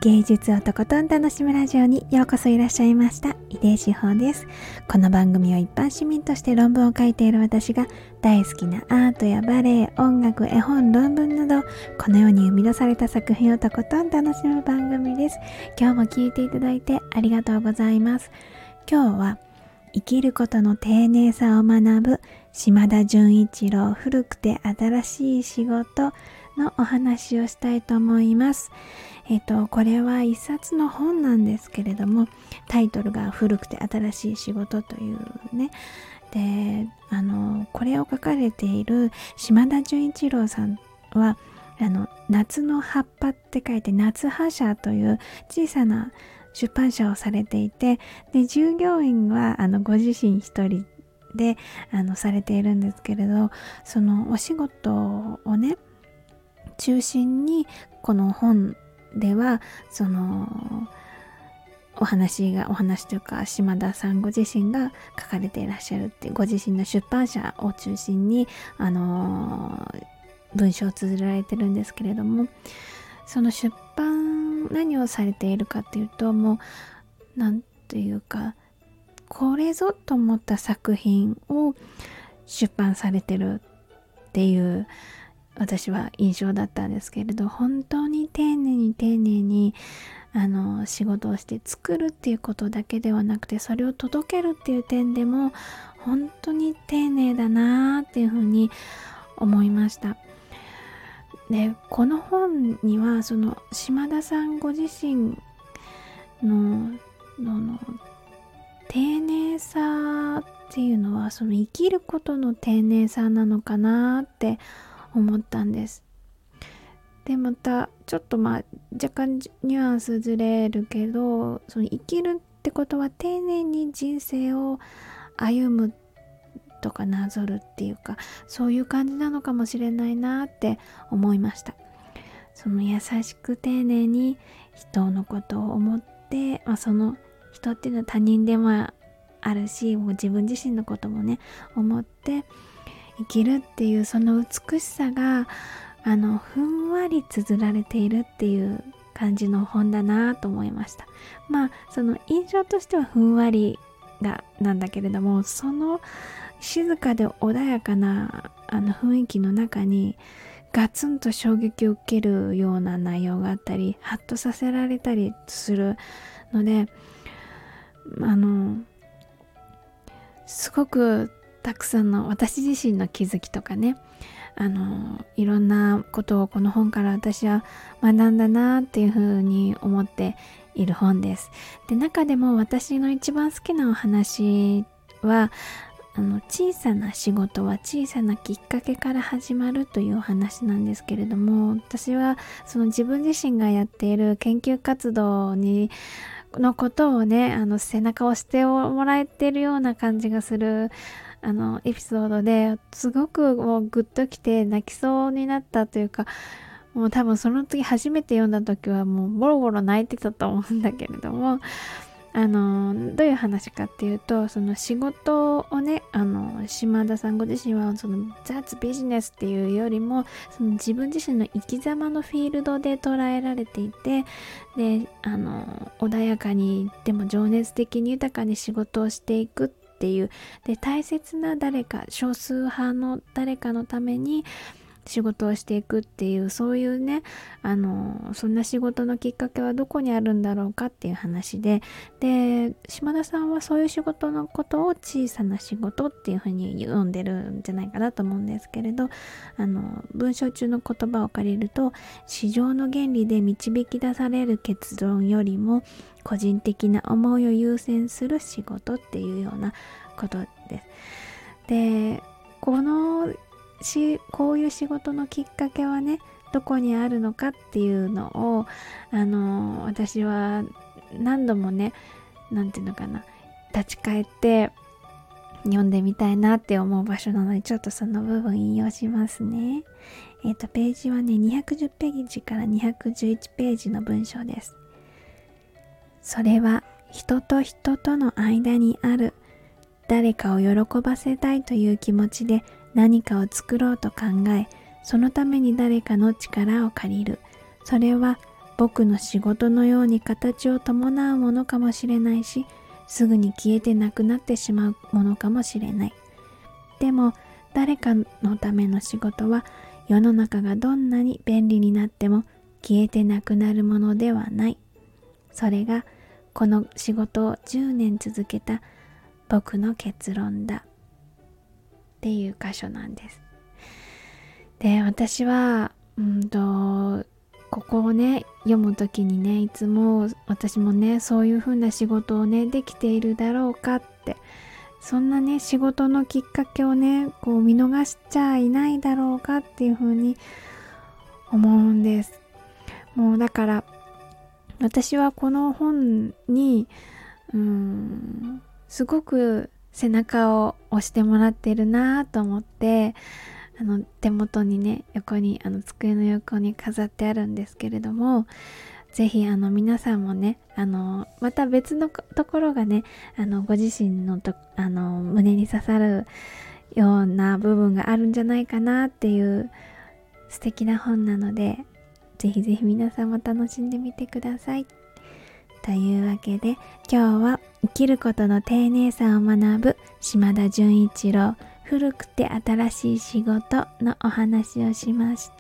芸術をとことん楽しむラジオにようこそいらっしゃいました。井出志保です。この番組は一般市民として論文を書いている私が大好きなアートやバレエ、音楽、絵本、論文などこの世に生み出された作品をとことん楽しむ番組です。今日も聞いていただいてありがとうございます。今日は生きることの丁寧さを学ぶ島田純一郎古くて新しい仕事のお話をしたいと思います。これは一冊の本なんですけれども、タイトルが古くて新しい仕事というね。で、これを書かれている島田純一郎さんは、夏の葉っぱって書いて夏葉社という小さな出版社をされていて、で、従業員はご自身一人でされているんですけれど、そのお仕事をね、中心にこの本ではそのお話というか島田さんご自身が書かれていらっしゃるっていうご自身の出版社を中心に文章を綴られてるんですけれども、その出版何をされているかっていうと、もうなんていうかこれぞと思った作品を出版されてるっていう私は印象だったんですけれど、本当に丁寧に仕事をして作るっていうことだけではなくて、それを届けるっていう点でも本当に丁寧だなっていうふうに思いました。で、この本にはその島田さんご自身の丁寧さっていうのはその生きることの丁寧さなのかなって思ったんです。で、またちょっと若干ニュアンスずれるけど、その生きるってことは丁寧に人生を歩むとかなぞるっていうか、そういう感じなのかもしれないなって思いました。その優しく丁寧に人のことを思って、その人っていうのは他人でもあるし、もう自分自身のこともね思って生きるっていうその美しさがふんわり綴られているっていう感じの本だなと思いました。その印象としてはふんわりなんだけれども、その静かで穏やかな雰囲気の中にガツンと衝撃を受けるような内容があったり、ハッとさせられたりするので、すごくたくさんの私自身の気づきとかね、いろんなことをこの本から私は学んだなっていうふうに思っている本です。で、中でも私の一番好きなお話は小さな仕事は小さなきっかけから始まるというお話なんですけれども、私はその自分自身がやっている研究活動のことをね、背中を押してもらえてるような感じがするエピソードですごくもうグッときて泣きそうになったというか、もう多分その時初めて読んだ時はもうボロボロ泣いてたと思うんだけれども、どういう話かっていうと、その仕事をね、島田さんご自身はその雑ビジネスっていうよりもその自分自身の生き様のフィールドで捉えられていて、で穏やかにでも情熱的に豊かに仕事をしていくっていう、で大切な誰か、少数派の誰かのために仕事をしていくっていう、そういうねそんな仕事のきっかけはどこにあるんだろうかっていう話で、島田さんはそういう仕事のことを小さな仕事っていうふうに読んでるんじゃないかなと思うんですけれど、文章中の言葉を借りると、市場の原理で導き出される結論よりも個人的な思いを優先する仕事っていうようなことです。で、こういう仕事のきっかけはね、どこにあるのかっていうのを私は何度もね、なんていうのかな、立ち返って読んでみたいなって思う場所なので、ちょっとその部分引用しますね。ページはね、210ページから211ページの文章です。それは人と人との間にある誰かを喜ばせたいという気持ちで何かを作ろうと考え、そのために誰かの力を借りる。それは僕の仕事のように形を伴うものかもしれないし、すぐに消えてなくなってしまうものかもしれない。でも誰かのための仕事は世の中がどんなに便利になっても消えてなくなるものではない。それがこの仕事を10年続けた僕の結論だっていう箇所なんです。で、私はここをね読むときにね、いつも私もねそういう風な仕事をねできているだろうかって、そんなね仕事のきっかけをねこう見逃しちゃいないだろうかっていう風に思うんです。もうだから私はこの本にすごく背中を押してもらってるなと思って、手元にね横に机の横に飾ってあるんですけれども、ぜひ皆さんもねまた別のところがねご自身の胸に刺さるような部分があるんじゃないかなっていう素敵な本なので、ぜひぜひ皆さんも楽しんでみてください。というわけで今日は生きることの丁寧さを学ぶ島田純一郎古くて新しい仕事のお話をしました。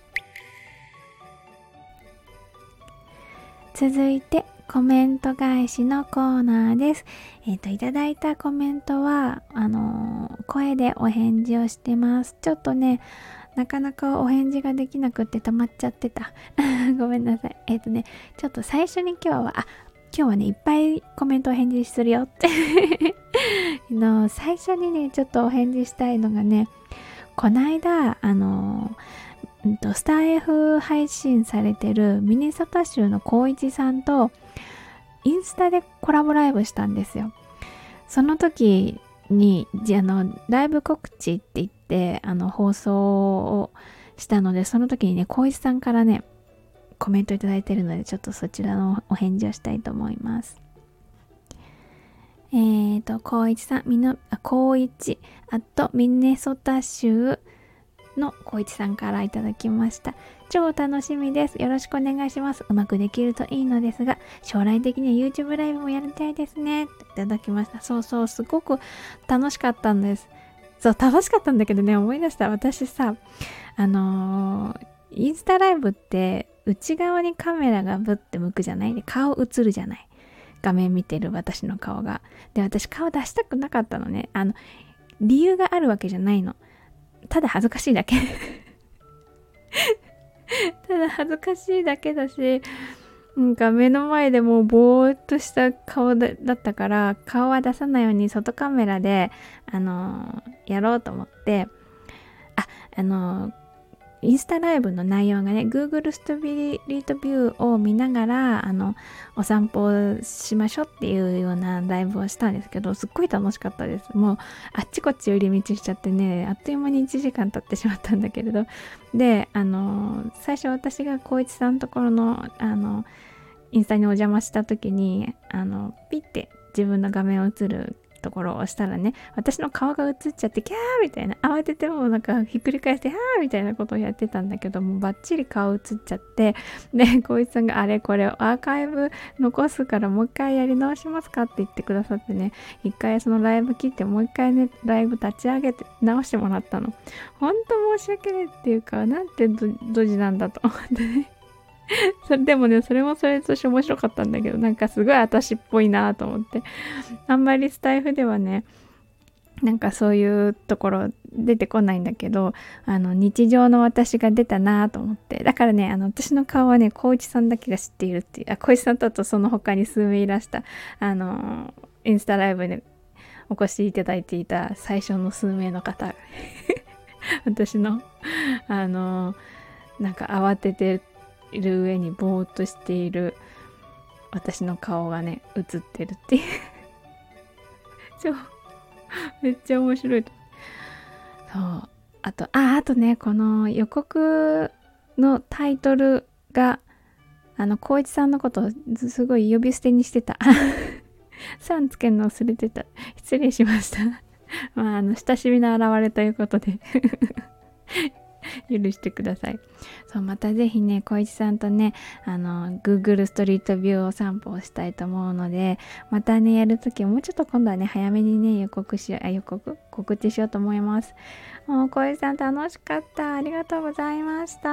続いてコメント返しのコーナーです。いただいたコメントは声でお返事をしてます。ちょっとねなかなかお返事ができなくって溜まっちゃってたごめんなさい。ちょっと最初に今日はねいっぱいコメントお返事するよって最初にねちょっとお返事したいのがね、こないだスター F 配信されてるミネソタ州の光一さんとインスタでコラボライブしたんですよ。その時にライブ告知って言って放送をしたので、その時にね光一さんからねコメントいただいてるので、ちょっとそちらのお返事をしたいと思います。光一さん光一ミネソタ州の光一さんからいただきました。超楽しみです。よろしくお願いします。うまくできるといいのですが、将来的には YouTube ライブもやりたいですね。いただきました。そうすごく楽しかったんです。楽しかったんだけどね、思い出した。私さインスタライブって内側にカメラがブッて向くじゃない？で顔映るじゃない？画面見てる私の顔が。で、私顔出したくなかったのね。理由があるわけじゃないの。ただ恥ずかしいだけただ恥ずかしいだけだし、目の前でもうぼーっとした顔だったから、顔は出さないように外カメラでやろうと思って、インスタライブの内容がね Google ストリートビューを見ながらお散歩をしましょうっていうようなライブをしたんですけど、すっごい楽しかったです。もうあっちこっち寄り道しちゃってね、あっという間に1時間経ってしまったんだけれど、で最初私が光一さんのところのインスタにお邪魔した時にピッて自分の画面を映るところを押したらね、私の顔が映っちゃってキャーみたいな、慌ててもなんかひっくり返してはーみたいなことをやってたんだけども、バッチリ顔映っちゃって、で光一さんがこれアーカイブ残すからもう一回やり直しますかって言ってくださってね、一回そのライブ切ってもう一回ねライブ立ち上げて直してもらったの。ほんと申し訳ないっていうか、なんてドジなんだと思ってねでもねそれもそれとして面白かったんだけど、なんかすごい私っぽいなと思って、あんまりスタイフではねなんかそういうところ出てこないんだけど、日常の私が出たなと思って、だからね私の顔はね光一さんだけが知っているっていう、光一さんとあとその他に数名いらしたインスタライブにお越しいただいていた最初の数名の方私のなんか慌てている上にぼーっとしている私の顔がね映ってるっていうめっちゃ面白いと。そうあとね、この予告のタイトルが光一さんのことすごい呼び捨てにしてたさんつけるの忘れてた、失礼しましたまあ親しみの表れということで許してください。そう、またぜひね、小一さんとね、Google ストリートビューを散歩をしたいと思うので、またね、やるときもうちょっと今度はね、早めにね、告知しようと思います。もう小一さん楽しかった。ありがとうございました。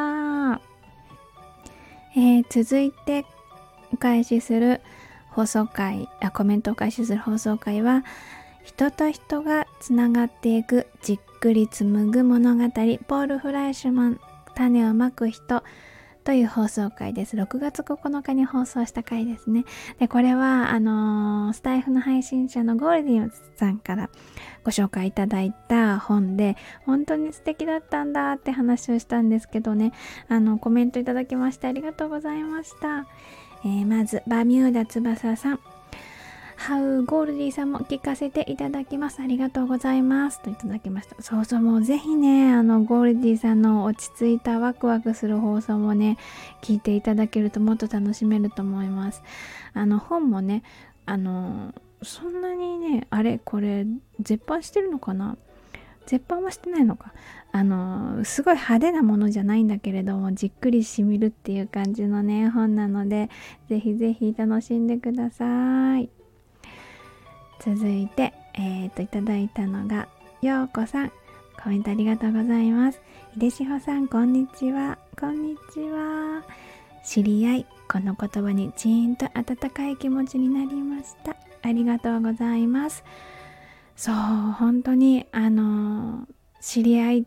続いてお返しする放送回、コメントをお返しする放送回は、人と人がつながっていくじっくり紡ぐ物語、ポール・フライシュマン、種をまく人という放送回です。6月9日に放送した回ですね。で、これはスタイフの配信者のゴールディンさんからご紹介いただいた本で、本当に素敵だったんだって話をしたんですけどね、コメントいただきましてありがとうございました。まずバミューダ翼さん、ハウゴールディさんも聞かせていただきます。ありがとうございますといただきました。そうそう、もうぜひね、ゴールディさんの落ち着いたワクワクする放送もね、聞いていただけるともっと楽しめると思います。本もね、そんなにね、これ絶版してるのかな、絶版はしてないのか、すごい派手なものじゃないんだけれども、じっくりしみるっていう感じのね、本なので、ぜひぜひ楽しんでください。続いて、いただいたのが、ようこさん。コメントありがとうございます。ひでしほさん、こんにちは。こんにちは。知り合い、この言葉にジーンと温かい気持ちになりました。ありがとうございます。そう、本当に、知り合いって、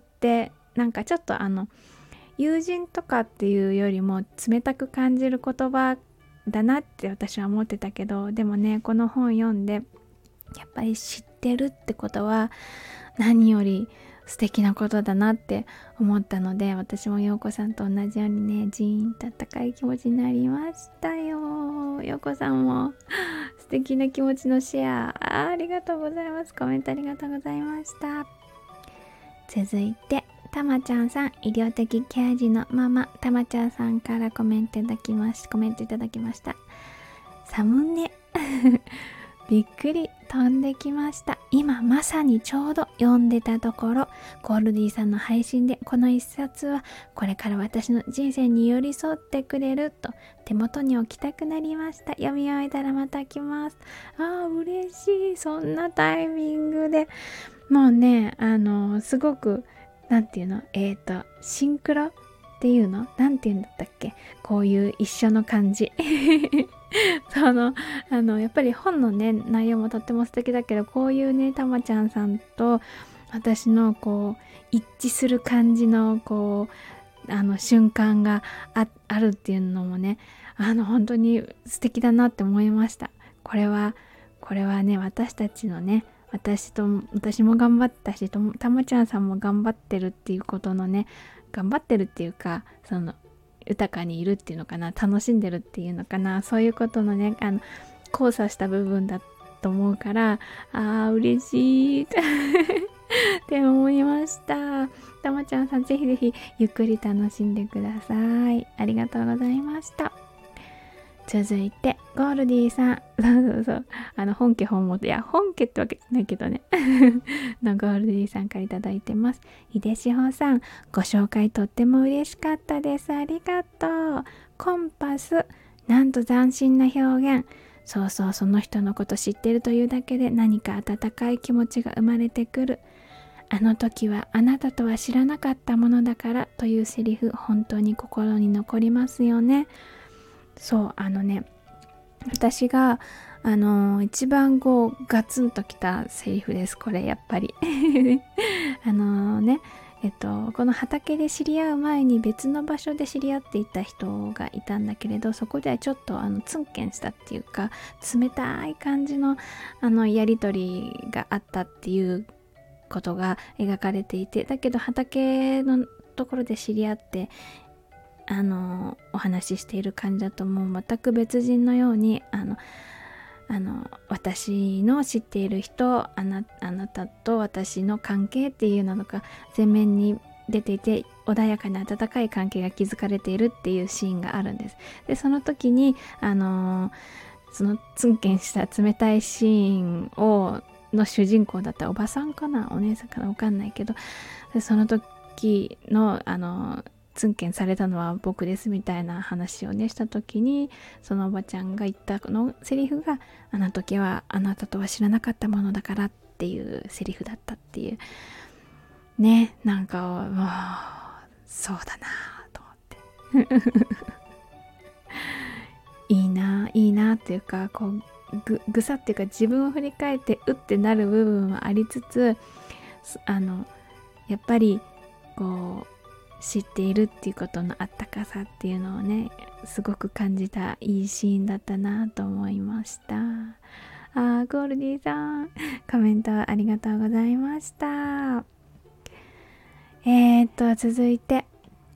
なんかちょっと友人とかっていうよりも冷たく感じる言葉だなって私は思ってたけど、でもね、この本読んで、やっぱり知ってるってことは何より素敵なことだなって思ったので、私も陽子さんと同じようにね、ジーンと温かい気持ちになりましたよ。陽子さんも素敵な気持ちのシェア ありがとうございます。コメントありがとうございました。続いてたまちゃんさん、医療的ケア児のママたまちゃんさんからコメントいただきました。サムネびっくり飛んできました。今まさにちょうど読んでたところ、ゴールディさんの配信でこの一冊はこれから私の人生に寄り添ってくれると手元に置きたくなりました。読み終えたらまた来ます。嬉しい。そんなタイミングでもうね、すごくなんていうの、シンクロっていうの、なんていうんだったっけ、こういう一緒の感じやっぱり本のね、内容もとっても素敵だけど、こういうね、たまちゃんさんと私のこう一致する感じのこう瞬間が あるっていうのもね、本当に素敵だなって思いました。これはね、私たちのね、私も頑張ったし、たまちゃんさんも頑張ってるっていうことのね、頑張ってるっていうか、豊かにいるっていうのかな、楽しんでるっていうのかな、そういうことのね、交差した部分だと思うから、嬉しいって思いました。たまちゃんさん、ぜひぜひゆっくり楽しんでください。ありがとうございました。続いてゴールディさん、そう本家本元、いや本家ってわけじゃないけどねのゴールディさんからいただいてます。ひでしほさん、ご紹介とっても嬉しかったです。ありがとう。コンパス、なんと斬新な表現。そう、その人のこと知ってるというだけで何か温かい気持ちが生まれてくる。あの時はあなたとは知らなかったものだからというセリフ、本当に心に残りますよね。そう、私が一番こうガツンときたセリフです、これやっぱりこの畑で知り合う前に別の場所で知り合っていた人がいたんだけれど、そこではちょっとツンケンしたっていうか、冷たい感じのやりとりがあったっていうことが描かれていて、だけど畑のところで知り合ってお話ししている感じだと、もう全く別人のように私の知っている人、あなたと私の関係っていうのが前面に出ていて、穏やかな温かい関係が築かれているっていうシーンがあるんです。でその時にそのツンケンした冷たいシーンの主人公だったおばさんかな、お姉さんかな、わかんないけど、その時時のツンケンされたのは僕ですみたいな話をねした時に、そのおばちゃんが言ったのセリフが、あの時はあなたとは知らなかったものだからっていうセリフだったっていうね。なんかもうそうだなと思っていいなっていうか、こうぐさっていうか、自分を振り返ってうってなる部分はありつつ、やっぱりこう知っているっていうことのあったかさっていうのをね、すごく感じたいいシーンだったなと思いました。ゴールディさんコメントありがとうございました。続いて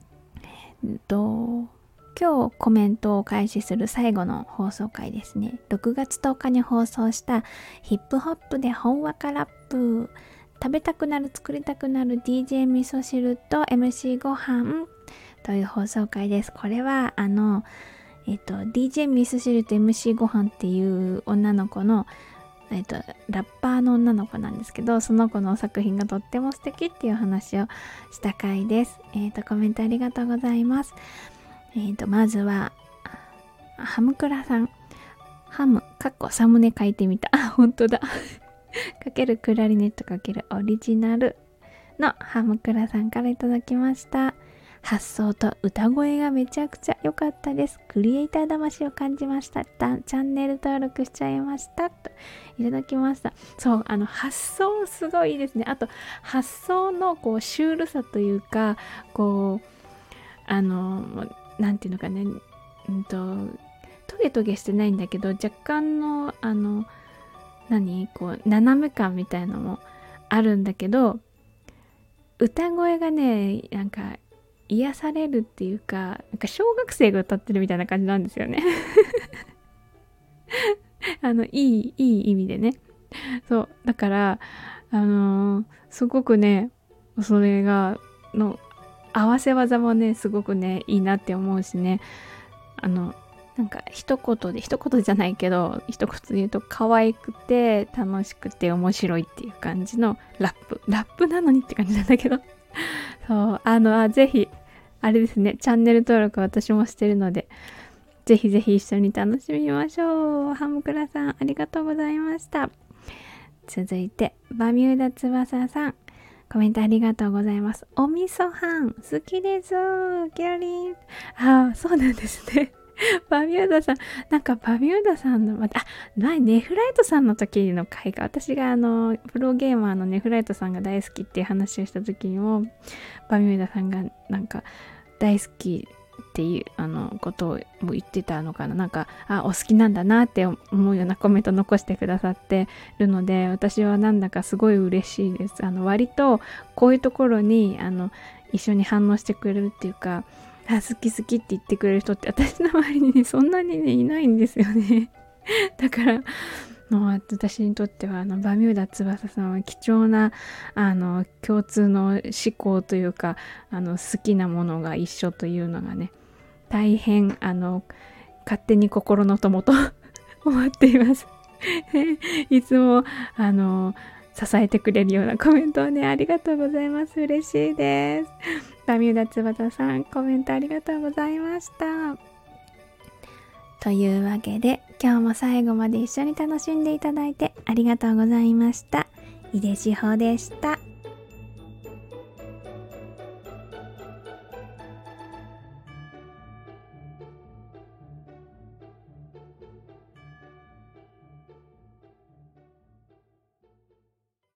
今日コメントを開始する最後の放送回ですね。6月10日に放送したヒップホップでほんわかラップ、食べたくなる作りたくなる DJ 味噌汁と MC ご飯という放送回です。これはDJ 味噌汁と MC ご飯っていう女の子のラッパーの女の子なんですけど、その子の作品がとっても素敵っていう話をした回です。コメントありがとうございます。まずはハムクラさん、ハムサムネ書いてみた。本当だかけるクラリネットかけるオリジナルのハムクラさんからいただきました。発想と歌声がめちゃくちゃ良かったです。クリエイター魂を感じました。チャンネル登録しちゃいましたといただきました。そう、発想すごいいいですね。あと発想のこうシュールさというか、こうなんていうのかね、トゲトゲしてないんだけど、若干のこう斜め感みたいのもあるんだけど、歌声がね、なんか癒されるっていうか、なんか小学生が歌ってるみたいな感じなんですよねいい意味でね。そうだからすごくね、それがの合わせ技もね、すごくねいいなって思うしね、なんか一言じゃないけど、一言で言うと可愛くて楽しくて面白いっていう感じのラップなのにって感じなんだけどそうぜひあれですね、チャンネル登録私もしてるので、ぜひぜひ一緒に楽しみましょう。ハムクラさんありがとうございました。続いてバミューダ翼さん、コメントありがとうございます。お味噌飯好きです、キラリン。そうなんですねバミューダさん、なんかバミューダさんの前ネフライトさんの時の回が、私がプロゲーマーのネフライトさんが大好きっていう話をした時にも、バミューダさんがなんか大好きっていうことをも言ってたのかな、なんかお好きなんだなって思うようなコメント残してくださってるので、私はなんだかすごい嬉しいです。割とこういうところに一緒に反応してくれるっていうか、好きって言ってくれる人って私の周りにね、そんなにねいないんですよねだからもう私にとってはバミューダ翼さんは貴重な共通の思考というか、好きなものが一緒というのがね、大変勝手に心の友と思っていますいつも支えてくれるようなコメントをね、ありがとうございます。嬉しいです。バミューダ翼さん、コメントありがとうございました。というわけで、今日も最後まで一緒に楽しんでいただいてありがとうございました。井出志保でした。